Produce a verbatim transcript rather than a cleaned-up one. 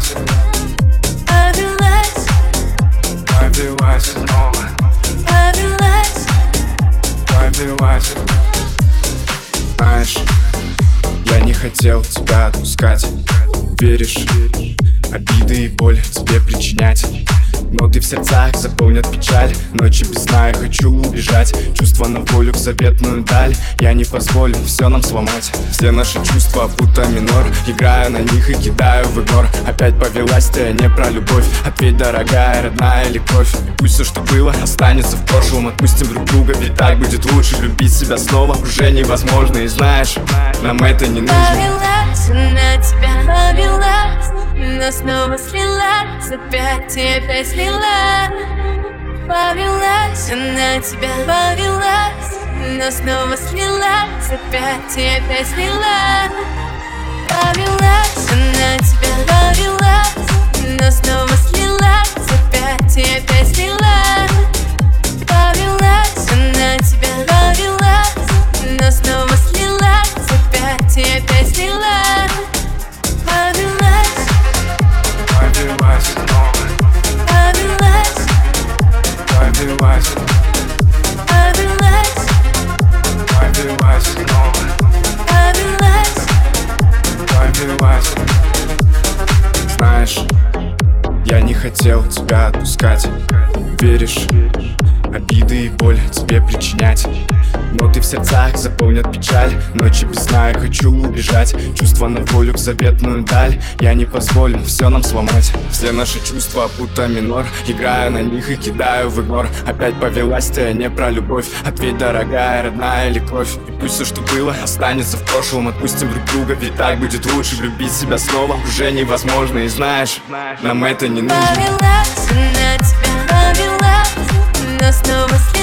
Повелась, повелась, повелась снова, повелась, повелась. Знаешь, я не хотел тебя отпускать. Веришь, обиды и боль тебе причинять, но ты в сердцах заполнят печаль. Ночи без сна я хочу убежать. Чувства на волю в заветную даль. Я не позволю все нам сломать. Все наши чувства будто минор. Играю на них и кидаю в игнор. Опять повелась ты, а не про любовь. Ответь, дорогая, родная или кровь. И пусть все, что было, останется в прошлом. Отпустим друг друга, ведь так будет лучше. Любить себя снова уже невозможно. И знаешь, нам это не нужно. повелась на тебя, повелась, но снова слилась, опять и опять слила. Повелась на тебя, повелась, но снова слилась, опять и опять слила. Повелась на тебя, повелась, но снова слилась, опять и опять слила. Повелась на тебя, повелась, но снова слилась, опять и опять слила. Повелась, Повелась снова, повелась, повелась, повелась, повелась снова, повелась, повелась. Знаешь, я не хотел тебя отпускать. Веришь, обиды и боль тебе причинять, но ты в сердцах заполнят печаль. Ночи без сна я хочу убежать. Чувства на волю в заветную даль. Я не позволю все нам сломать. Все наши чувства будто минор. Играю на них и кидаю в игнор. Опять повелась ты, а не про любовь. Ответь, дорогая, родная или кровь. И пусть все, что было, останется в прошлом. Отпустим друг друга, ведь так будет лучше. Любить себя снова уже невозможно. И знаешь, нам это не нужно. повелась на тебя, повелась, но снова слилась.